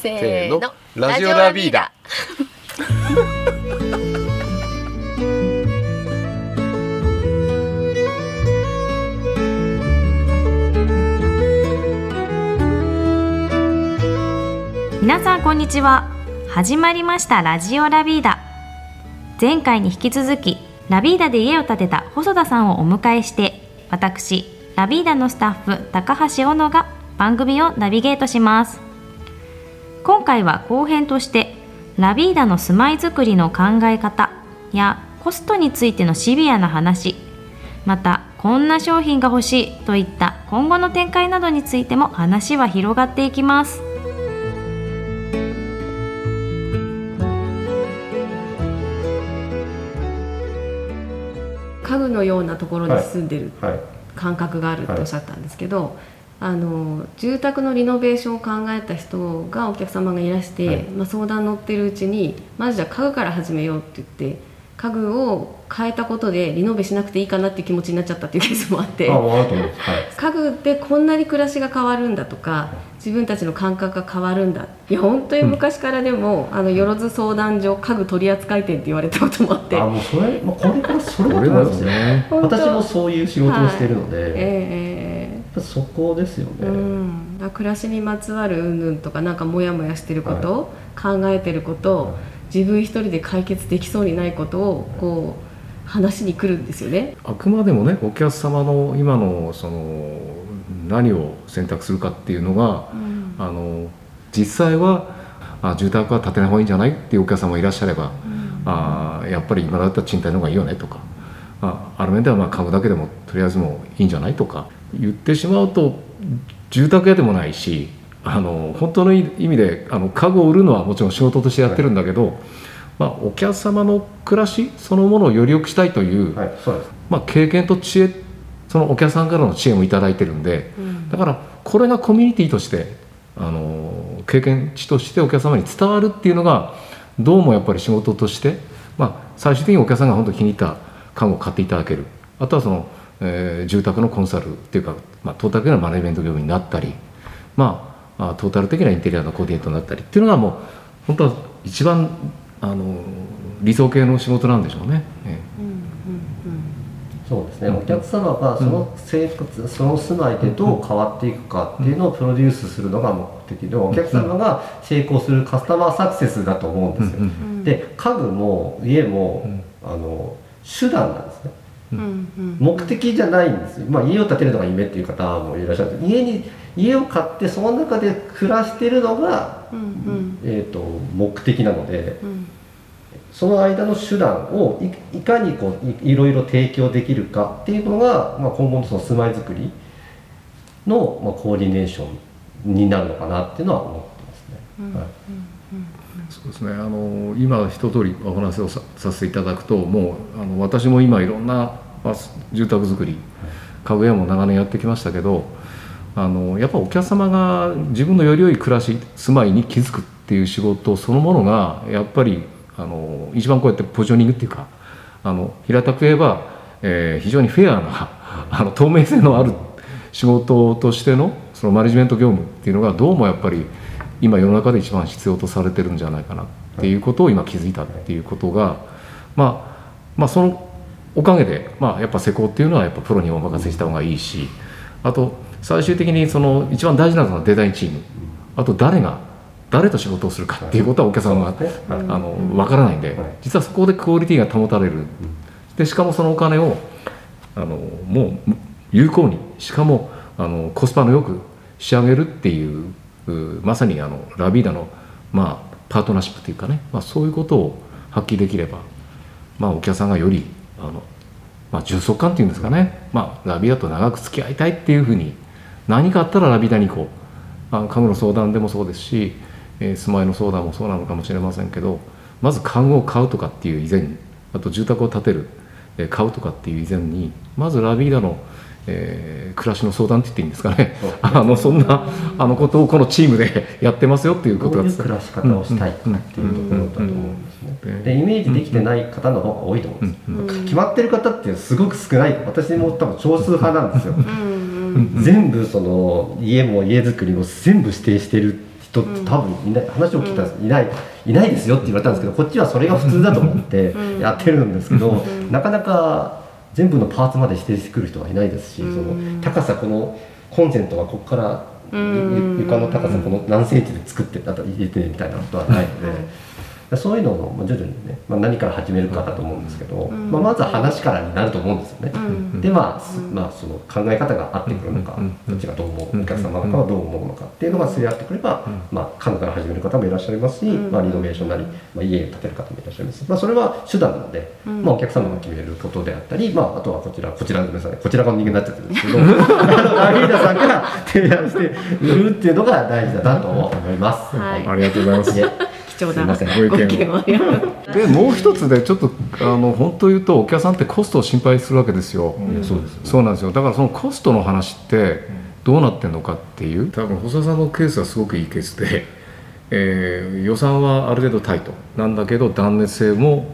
せーの、 ラジオラビーダ。 皆さんこんにちは。始まりましたラジオラビーダ。前回に引き続きラビーダで家を建てた細田さんをお迎えして、私ラビーダのスタッフ高橋小野が番組をナビゲートします。今回は後編としてラビーダの住まいづくりの考え方やコストについてのシビアな話、またこんな商品が欲しいといった今後の展開などについても話は広がっていきます。 家具のようなところに住んでる感覚があるとおっしゃったんですけど、住宅のリノベーションを考えた人がお客様がいらして、相談乗ってるうちにまずじゃあ家具から始めようって言って家具を変えたことでリノベしなくていいかなっていう気持ちになっちゃったっていうケースもあって、家具でこんなに暮らしが変わるんだとか自分たちの感覚が変わるんだ、いや本当に昔からでも、よろず相談所家具取扱店って言われたこともあって、 もうそれ、これからそれだと思いますね。私もそういう仕事をしているので、そこですよね。 暮らしにまつわる云々とかなんかモヤモヤしてること、考えてること、自分一人で解決できそうにないことをこう話しに来るんですよね。 あくまでもね、お客様の今のその何を選択するかっていうのが、実際は住宅は建てない方がいいんじゃないっていうお客様がいらっしゃれば、やっぱり今だったら賃貸の方がいいよねとか、ある面では家具だけでもとりあえずもいいんじゃないとか言ってしまうと、住宅屋でもないし、本当の意味で家具を売るのはもちろん仕事としてやってるんだけど、お客様の暮らしそのものをより良くしたいという、経験と知恵、そのお客さんからの知恵もいただいてるんで、だからこれがコミュニティとして経験値としてお客様に伝わるっていうのがどうもやっぱり仕事として、最終的にお客さんが本当に気に入った家具を買っていただける、あとはその、住宅のコンサルっていうか、トータル的なマネジメント業務になったり、トータル的なインテリアのコーディネートになったりっていうのがもう本当は一番理想系の仕事なんでしょうね。 そうですね、お客様がその生活、その住まいでどう変わっていくかっていうのをプロデュースするのが目的で、お客様が成功するカスタマーサクセスだと思うんですよ。で、家具も家も手段なんですね。目的じゃないんですよ。家を建てるのが夢っていう方もいらっしゃる。家を買ってその中で暮らしてるのが、目的なので、その間の手段をいかにこういろいろ提供できるかっていうのが、今後のその住まいづくりの、コーディネーションになるのかなっていうのは思ってますね。 そうですね、今一通りお話をさせていただくと、もう私も今いろんな住宅づくり、家具屋も長年やってきましたけど、やっぱお客様が自分のより良い暮らし住まいに気づくっていう仕事そのものがやっぱり一番こうやってポジショニングっていうか、平たく言えば、非常にフェアな透明性のある仕事としてのそのマネジメント業務っていうのがどうもやっぱり今世の中で一番必要とされてるんじゃないかなっていうことを今気づいたっていうことが、そのおかげで、やっぱ施工っていうのはやっぱプロにお任せした方がいいし、あと最終的にその一番大事なのはデザインチーム、あと誰と仕事をするかっていうことはお客様が分からないんで、実はそこでクオリティが保たれる。でしかもそのお金をもう有効に、しかもコスパのよく仕上げるっていう、まさにラビーダのパートナーシップというかね、そういうことを発揮できれば、お客さんがより充足感っていうんですかね、ラビーダと長く付き合いたいっていうふうに、何かあったらラビーダに行こう、家具の相談でもそうですし、住まいの相談もそうなのかもしれませんけど、まず家具を買うとかっていう以前に、あと住宅を建てる、買うとかっていう以前に、まずラビーダの、暮らしの相談って言っていいんですかね、そんなことをこのチームでやってますよっていうことが、 どういう暮らし方をしたいかっていうところだと思うんですね。でイメージできてない方の方が多いと思うんです。決まってる方ってすごく少ない。私も多分少数派なんですよ。全部その家も家づくりも全部指定してる人って多分いない、話を聞いたらいないですよって言われたんですけど、こっちはそれが普通だと思ってやってるんですけど、なかなか全部のパーツまで指定してくる人はいないですし、その高さ、このコンセントがここから床の高さこの何センチで作って入れてみたいなことはないので。そういうのを徐々にね、何から始めるかだと思うんですけど、まずは話からになると思うんですよね。でその考え方が合ってくるのか、どっちがどう思う、お客様がどう思うのかっていうのがすり合ってくれば、家具から始める方もいらっしゃいますし、リノベーションなり、家を建てる方もいらっしゃいます。それは手段なので、お客様が決めることであったり、あとはこちらごめんなさい、こちらが人間になっちゃってるんですけど、ラビーダさんから提案して売るっていうのが大事だなと思います。 ありがとうございます。 貴重なご意見をでもう一つでちょっと本当言うとお客さんってコストを心配するわけですよ。そうなんですよ。だからそのコストの話ってどうなってんのかっていう、多分細田さんのケースはすごくいいケースで、予算はある程度タイトなんだけど断熱性も、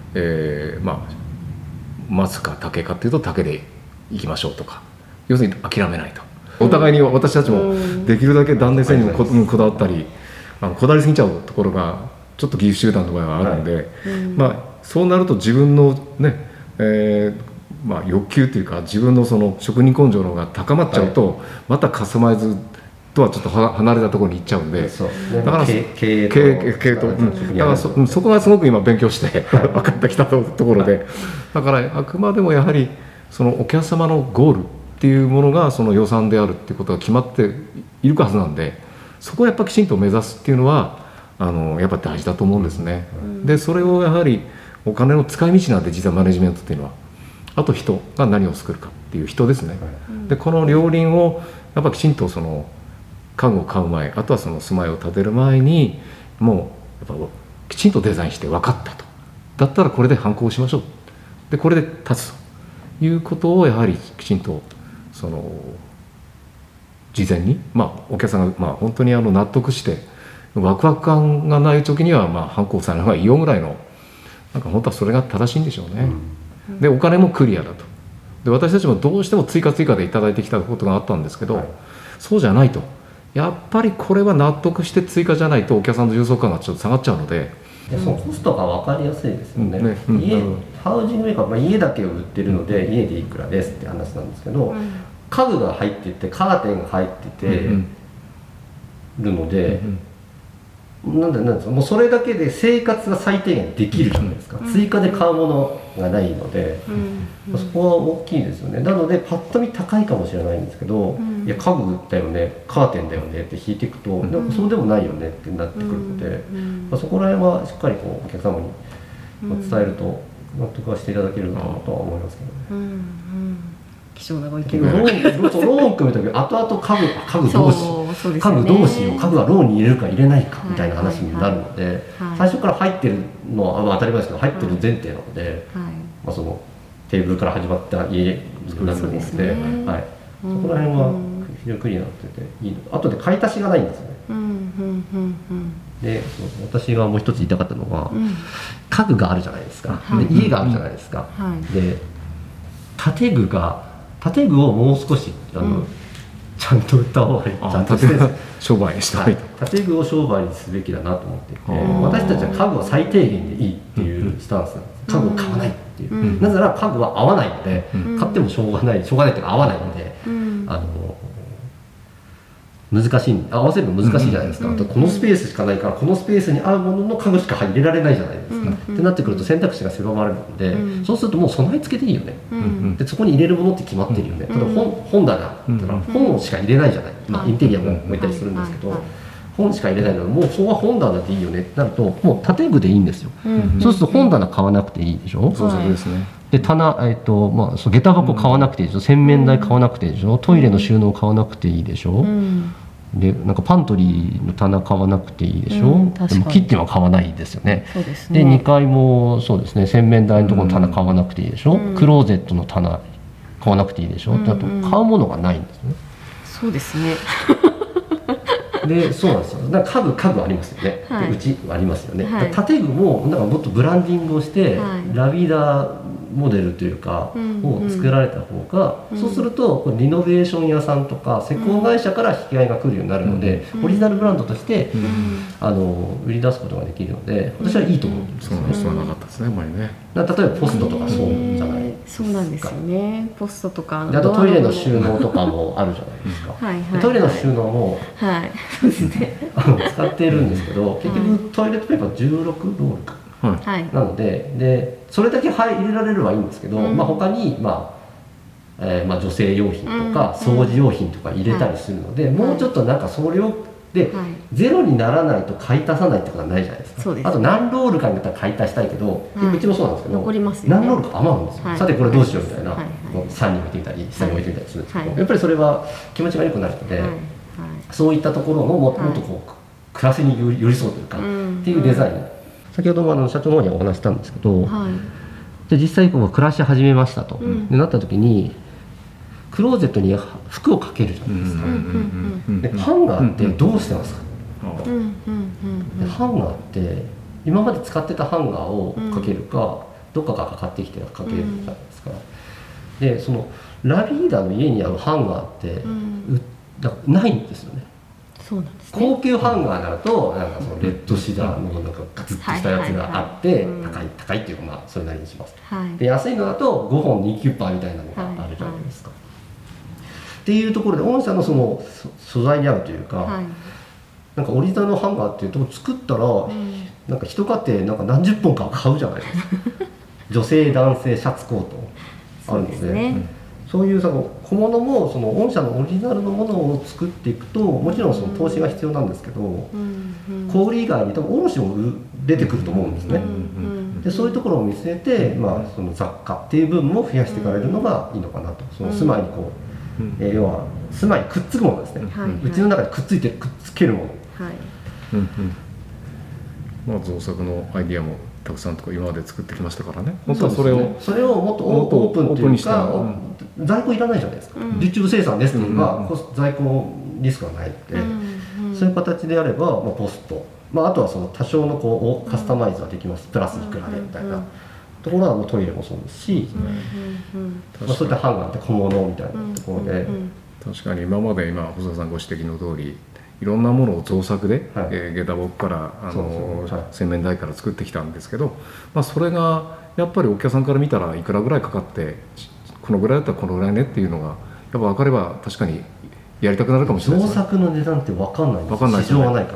松か竹かっていうと竹でいきましょうとか、要するに諦めないと、お互いに私たちもできるだけ断熱性にもこだわったり、こだわりすぎちゃうところがちょっと技術集団の場合はあるので、そうなると自分のね、欲求というか自分のその職人根性の方が高まっちゃうと、またカスタマイズとはちょっと離れたところに行っちゃうんで、だから経営と、だからそこがすごく今勉強して分かってきたところで、だからあくまでもやはりそのお客様のゴールっていうものがその予算であるっていうことが決まっているはずなんで、そこをやっぱきちんと目指すっていうのはやっぱ大事だと思うんですね。でそれをやはりお金の使い道なんで、実はマネジメントっていうのはあと人が何を作るかっていう人ですね。でこの両輪をやっぱきちんとその家具を買う前、あとはその住まいを建てる前にもうやっぱきちんとデザインして分かったと、だったらこれで反抗しましょう、でこれで立つということをやはりきちんとその事前に、お客さんが本当に納得してワクワク感がない時には反抗されない方がいいよぐらいの、なんか本当はそれが正しいんでしょうね。でお金もクリアだと。で私たちもどうしても追加でいただいてきたことがあったんですけど、そうじゃないと、やっぱりこれは納得して追加じゃないとお客さんの充足感がちょっと下がっちゃうので、 そのコストが分かりやすいですよね。ハウジングメーカー、家だけを売ってるので家でいくらですって話なんですけど、家具が入っててカーテンが入っててるので、なんですか、もうそれだけで生活が最低限できるじゃないですか。追加で買うものがないので、そこは大きいですよね。なのでパッと見高いかもしれないんですけど、いや家具だよね、カーテンだよねって引いていくと、なんかそうでもないよねってなってくるので、そこら辺はしっかりお客様に伝えると納得はしていただけるかなとは思いますけどね。 貴重なご意見ローン組むとき後々家具どうしよう、家具はローンに入れるか入れないかみたいな話になるので、最初から入ってるのは当たり前ですけど入ってる前提なので、そのテーブルから始まった家になるので、そこら辺は非常にクリアになってていいの。あとで買い足しがないんですよね。で私がもう一つ言いたかったのは、家具があるじゃないですか、で家があるじゃないですか、で建具をもう少しちゃんと売った方がいい、ちゃんとして商売にした方がいいと。 建具を商売にすべきだなと思っていて、私たちは家具は最低限でいいっていうスタンスなんです。家具を買わないっていう、なぜなら家具は合わないので、買ってもしょうがないっていうか合わないので、難しい、合わせるの難しいじゃないですか。このスペースしかないから、このスペースに合うものの家具しか入れられないじゃないですか。ってなってくると選択肢が狭まるので、そうするともう備え付けでいいよね。でそこに入れるものって決まってるよね。例えば本棚だったら本しか入れないじゃない。インテリアも置いたりするんですけど、本しか入れないので、もうそこは本棚でいいよねってなると、もう建具でいいんですよ。そうすると本棚買わなくていいでしょ。 そうですね。 で棚、下駄箱買わなくていいでしょ。洗面台買わなくていいでしょ。トイレの収納買わなくていいでしょ。でなんかパントリーの棚買わなくていいでしょ。でもキッチンは買わないですよね。で2階もそうですね、洗面台のところの棚買わなくていいでしょ。クローゼットの棚買わなくていいでしょ。だと買うものがないんですね。 そうですね。 でそうなんですよ。だから家具ありますよね。でうちありますよね。建具もなんかもっとブランディングをして、ラビーダモデルというかを作られた方が、そうするとリノベーション屋さんとか施工会社から引き合いが来るようになるので、オリジナルブランドとして売り出すことができるので、私はいいと思うんですよね。 そうはなかったですね、前ね。 例えばポストとかそうじゃないですか。 そうなんですよね。ポストとかあとトイレの収納とかもあるじゃないですか。トイレの収納も使っているんですけど、結局トイレットペーパー16ロールかなので、それだけ入れられるはいいんですけど、他に女性用品とか掃除用品とか入れたりするので、もうちょっとなんかそれをで、ゼロにならないと買い足さないってことはないじゃないですか。あと何ロールかになったら買い足したいけど、うちもそうなんですけど、何ロールか余るんですよ。さてこれどうしようみたいな、3に置いてみたり下に置いてみたりするんですけど、やっぱりそれは気持ちが良くなるので、そういったところのもっとこう暮らしに寄り添うというかっていうデザイン、先ほども社長の方にはお話したんですけど、で実際こう暮らし始めましたと、なった時にクローゼットに服をかけるじゃないですか。でハンガーってどうしてますか。でハンガーって今まで使ってたハンガーをかけるか、どっかからかかってきてかけるじゃないですか。でそのラビーダの家にあるハンガーってないんですよね。 そうなんですね。 高級ハンガーだとなんかそのレッドシダーのなんかガツッとしたやつがあって高いっていうかそれなりにします。で安いのだと5本2キュッパーみたいなのがあるじゃないですか。っていうところで御社のその素材に合うというか、なんかオリジナルのハンガーっていうと作ったら、なんか一家庭なんか何十本か買うじゃないですか。女性男性シャツコートあるので、そういう小物もその御社のオリジナルのものを作っていくと、もちろんその投資が必要なんですけど、小売以外に多分卸も出てくると思うんですね。でそういうところを見据えて、その雑貨っていう部分も増やしていかれるのがいいのかなと。その住まいにこう、要は住まいにくっつくものですね。うちの中でくっつけるもの。造作のアイディアもたくさんとか今まで作ってきましたからね。本当はそれをもっとオープンというか、在庫いらないじゃないですか。受注生産ですっていうのは在庫リスクがないので、そういう形であればポスト、あとはその多少のこうカスタマイズはできます。プラスいくらでみたいなところはトイレもそうですし、そういったハンガーって小物みたいなところで、 確かに今まで細田さんご指摘の通り、いろんなものを造作で、下駄箱から洗面台から作ってきたんですけど、それがやっぱりお客さんから見たらいくらぐらいかかってこのぐらいだったらこのぐらいねっていうのがやっぱ分かれば確かにやりたくなるかもしれないですね。 造作の値段って分かんないんです。市場がないから。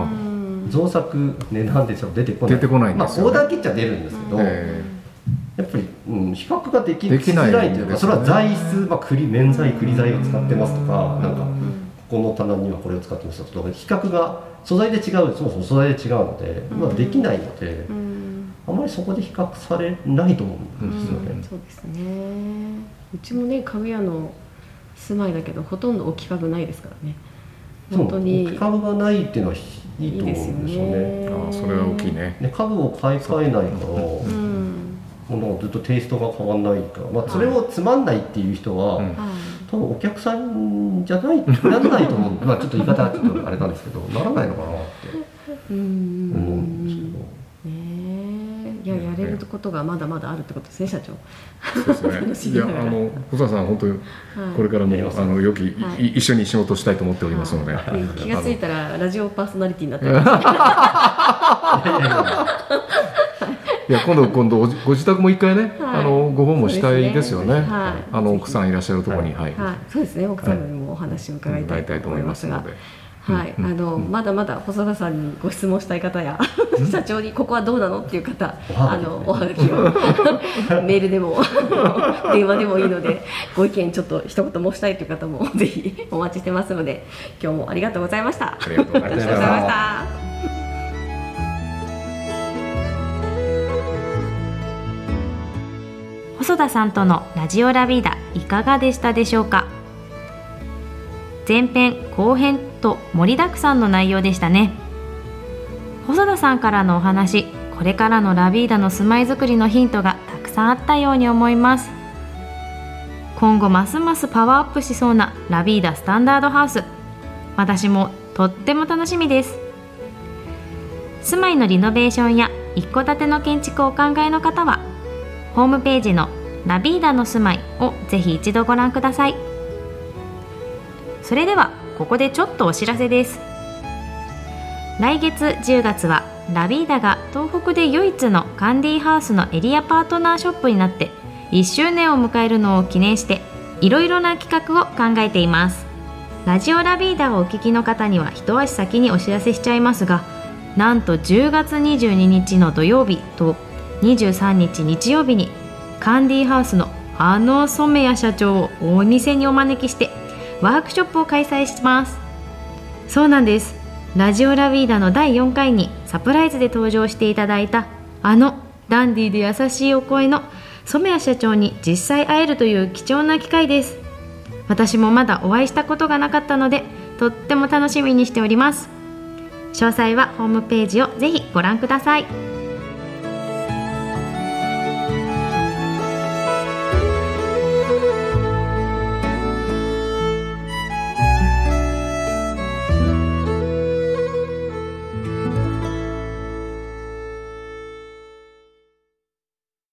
造作値段で出てこないんですよね。オーダー切っちゃ出るんですけど、やっぱり、比較ができづらいというか、それは材質、免材栗材を使ってますとか、なんかここの棚にはこれを使ってますとか、比較が素材で違う、そもそも素材で違うので、できないので、あまりそこで比較されないと思うんですよね。 そうですね。うちもね、家具屋の住まいだけどほとんど置き家具ないですからね。 本当に置き家具がないっていうのはいいと思うんですよね。 それは大きいね。 家具を買い替えないから、もうずっとテイストが変わらないから、それをつまんないっていう人は、多分お客さんじゃないならないと思う。ちょっと言い方はちょっとあれなんですけど、ならないのかなって思うんですけど。 やれることがまだまだあるってことですね、社長。 そうですね。いや細田さん本当にこれからも良き一緒に仕事したいと思っておりますので。 気がついたらラジオパーソナリティになってます。 いや今度ご自宅も一回ね、ご訪問したいですよね。奥さんいらっしゃるところに、 そうですね。奥さんにもお話を伺いたいと思いますが。まだまだ細田さんにご質問したい方や社長にここはどうなのっていう方、おはがきをメールでも電話でもいいので、ご意見ちょっと一言申したいという方もぜひお待ちしてますので、今日もありがとうございました。 ありがとうございました。 細田さんとのラジオラビーダいかがでしたでしょうか。前編後編と盛りだくさんの内容でしたね。細田さんからのお話、これからのラビーダの住まいづくりのヒントがたくさんあったように思います。今後ますますパワーアップしそうなラビーダスタンダードハウス、私もとっても楽しみです。住まいのリノベーションや一戸建ての建築をお考えの方はホームページのラビーダの住まいをぜひ一度ご覧ください。それではここでちょっとお知らせです。来月10月はラビーダが東北で唯一のカンディーハウスのエリアパートナーショップになって1周年を迎えるのを記念していろいろな企画を考えています。ラジオラビーダをお聞きの方には一足先にお知らせしちゃいますが、なんと10月22日の土曜日と23日日曜日にカンディーハウスの染谷社長を大店にお招きしてワークショップを開催します。そうなんです。ラジオラビーダの第4回にサプライズで登場していただいたダンディーで優しいお声の染谷社長に実際会えるという貴重な機会です。私もまだお会いしたことがなかったのでとっても楽しみにしております。詳細はホームページをぜひご覧ください。